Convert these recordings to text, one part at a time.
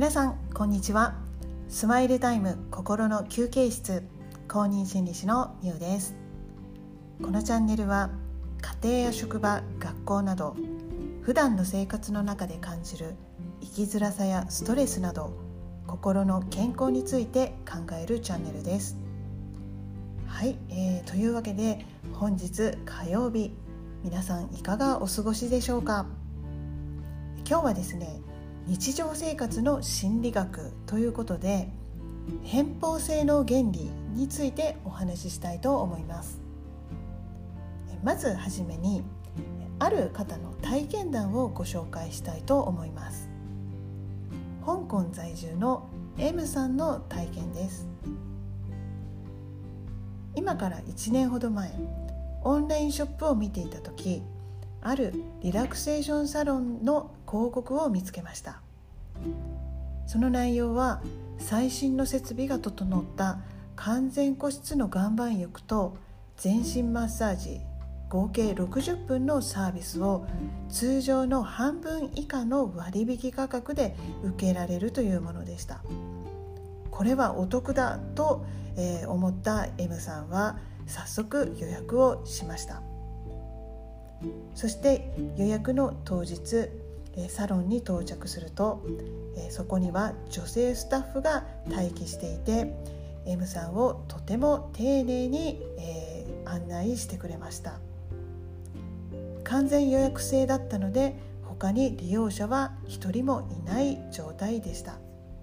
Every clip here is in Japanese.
皆さんこんにちは。スマイルタイム心の休憩室公認心理師のみゆです。このチャンネルは家庭や職場、学校など普段の生活の中で感じる生きづらさやストレスなど心の健康について考えるチャンネルです。はい、というわけで本日火曜日、皆さんいかがお過ごしでしょうか。今日はですね、日常生活の心理学ということで偏方性の原理についてお話ししたいと思います。まずはじめにある方の体験談をご紹介したいと思います。香港在住の M さんの体験です。今から1年ほど前、オンラインショップを見ていた時、あるリラクセーションサロンの広告を見つけました。その内容は最新の設備が整った完全個室の岩盤浴と全身マッサージ合計60分のサービスを通常の半分以下の割引価格で受けられるというものでした。これはお得だと思った M さんは早速予約をしました。そして予約の当日、サロンに到着すると、そこには女性スタッフが待機していて、 M さんをとても丁寧に、案内してくれました。完全予約制だったので他に利用者は一人もいない状態でした。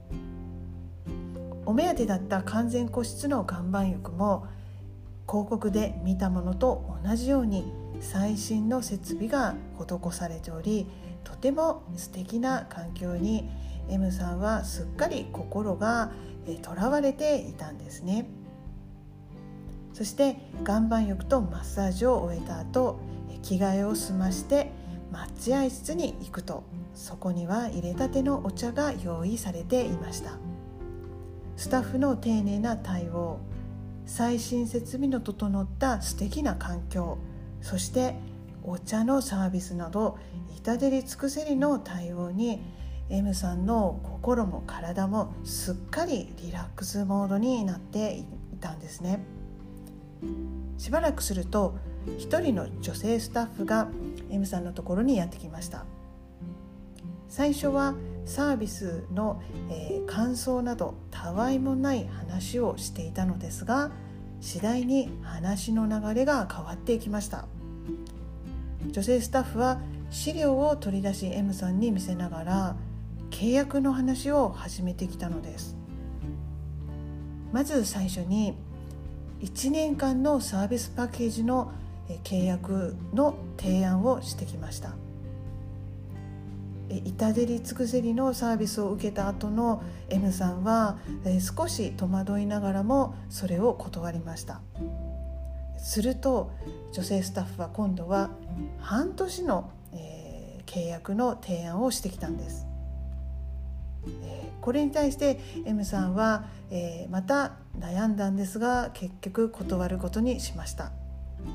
お目当てだった完全個室の岩盤浴も広告で見たものと同じように最新の設備が施されており、とても素敵な環境に M さんはすっかり心がとらわれていたんですね。そして岩盤浴とマッサージを終えた後、着替えを済まして待合室に行くと、そこには入れたてのお茶が用意されていました。スタッフの丁寧な対応、最新設備の整った素敵な環境、そしてお茶のサービスなど至れり尽くせりの対応に M さんの心も体もすっかりリラックスモードになっていたんですね。しばらくすると一人の女性スタッフが M さんのところにやってきました。最初はサービスの、感想などたわいもない話をしていたのですが、次第に話の流れが変わっていきました。女性スタッフは資料を取り出し M さんに見せながら契約の話を始めてきたのです。まず最初に1年間のサービスパッケージの契約の提案をしてきました。至れり尽くせりのサービスを受けた後の M さんは少し戸惑いながらもそれを断りました。すると女性スタッフは今度は半年の、契約の提案をしてきたんです。これに対して M さんは、また悩んだんですが結局断ることにしました。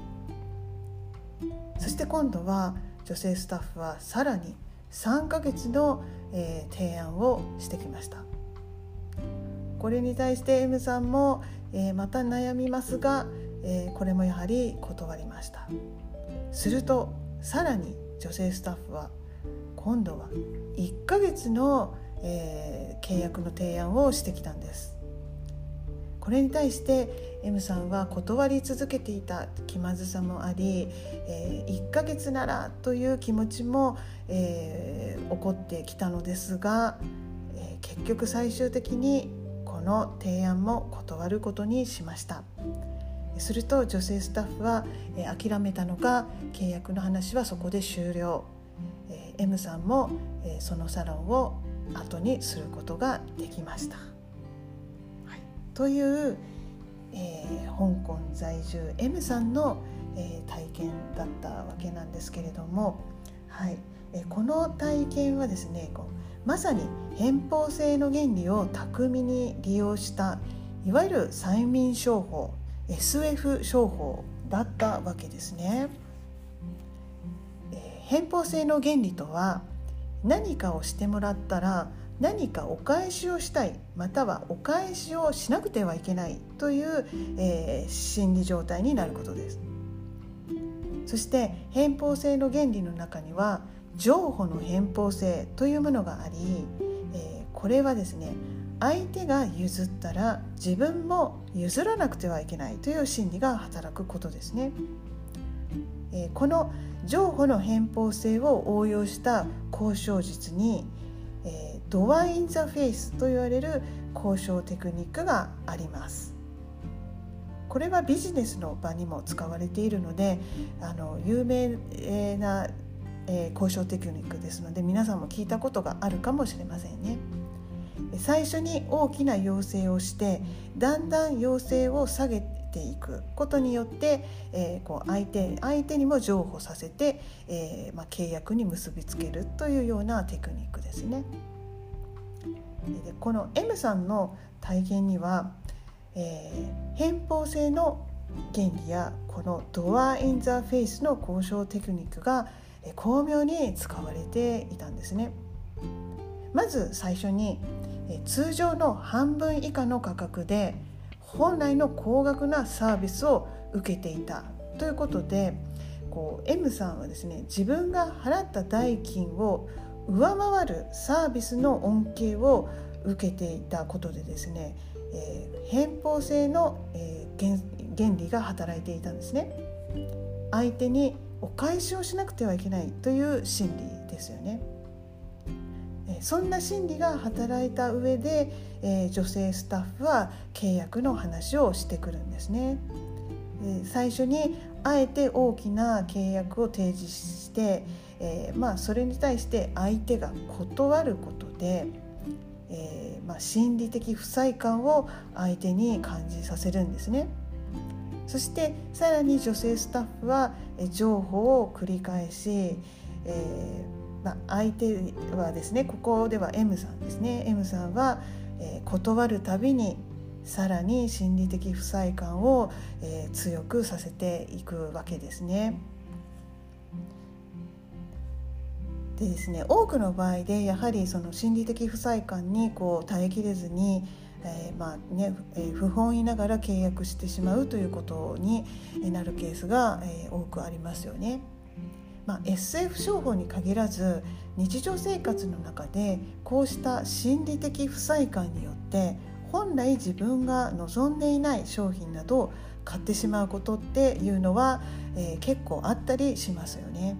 そして今度は女性スタッフはさらに3ヶ月の、提案をしてきました。これに対して M さんも、また悩みますが、これもやはり断りました。するとさらに女性スタッフは今度は1ヶ月の、契約の提案をしてきたんです。これに対して M さんは断り続けていた気まずさもあり、1ヶ月ならという気持ちも、起こってきたのですが、結局最終的にこの提案も断ることにしました。すると女性スタッフは、諦めたのか契約の話はそこで終了。M さんも、そのサロンを後にすることができました。という、香港在住 M さんの、体験だったわけなんですけれども、この体験はですね、まさに偏方性の原理を巧みに利用したいわゆる催眠商法 SF 商法だったわけですね。偏方性の原理とは、何かをしてもらったら何かお返しをしたい、またはお返しをしなくてはいけないという、心理状態になることです。そして偏方性の原理の中には譲歩の偏方性というものがあり、これはですね、相手が譲ったら自分も譲らなくてはいけないという心理が働くことですね。この譲歩の偏方性を応用した交渉術に、ドアインザフェイスと言われる交渉テクニックがあります。これはビジネスの場にも使われているので、有名な、交渉テクニックですので、皆さんも聞いたことがあるかもしれませんね。最初に大きな要請をして、だんだん要請を下げていくことによって、相手にも譲歩させて、契約に結びつけるというようなテクニックですね。でこの M さんの体験には、偏方性の原理やこのドアインザフェイスの交渉テクニックが巧妙に使われていたんですね。まず最初に、通常の半分以下の価格で本来の高額なサービスを受けていたということで、M さんはですね、自分が払った代金を上回るサービスの恩恵を受けていたことでですね、偏方性の、原理が働いていたんですね。相手にお返しをしなくてはいけないという心理ですよね。そんな心理が働いた上で、女性スタッフは契約の話をしてくるんですね。最初にあえて大きな契約を提示して、それに対して相手が断ることで、心理的不快感を相手に感じさせるんですね。そしてさらに女性スタッフは譲歩を繰り返し、相手はですね、ここでは M さんですね、 M さんは、断るたびにさらに心理的不快感を、強くさせていくわけですね。でですね、多くの場合でやはりその心理的不快感に耐えきれずに、不本意ながら契約してしまうということになるケースが、多くありますよね。SF 商法に限らず日常生活の中でこうした心理的不快感によって本来自分が望んでいない商品などを買ってしまうことっていうのは、結構あったりしますよね。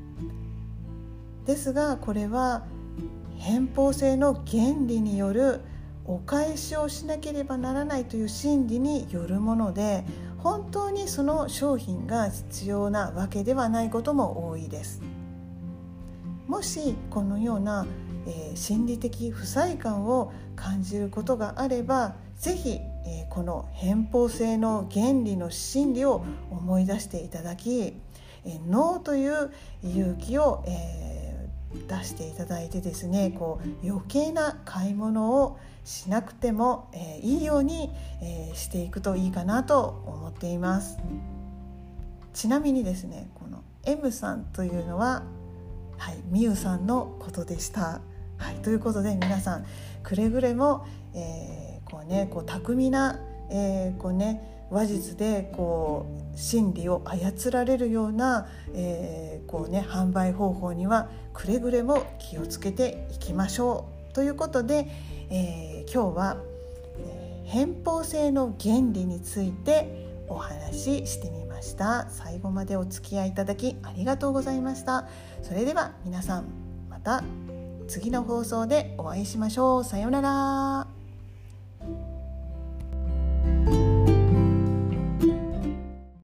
ですがこれは偏方性の原理によるお返しをしなければならないという心理によるもので、本当にその商品が必要なわけではないことも多いです。もしこのような、心理的不快感を感じることがあれば、ぜひ、この偏方性の原理の心理を思い出していただき、ノーという勇気を、出していただいてですね、余計な買い物をしなくても、いいように、していくといいかなと思っています。ちなみにですね、この M さんというのは、みゆさんのことでした。ということで皆さんくれぐれも、巧みな、話術で心理を操られるような、販売方法にはくれぐれも気をつけていきましょうということで、今日は、偏方性の原理についてお話ししてみました。最後までお付き合いいただきありがとうございました。それでは皆さんまた次の放送でお会いしましょう。さようなら。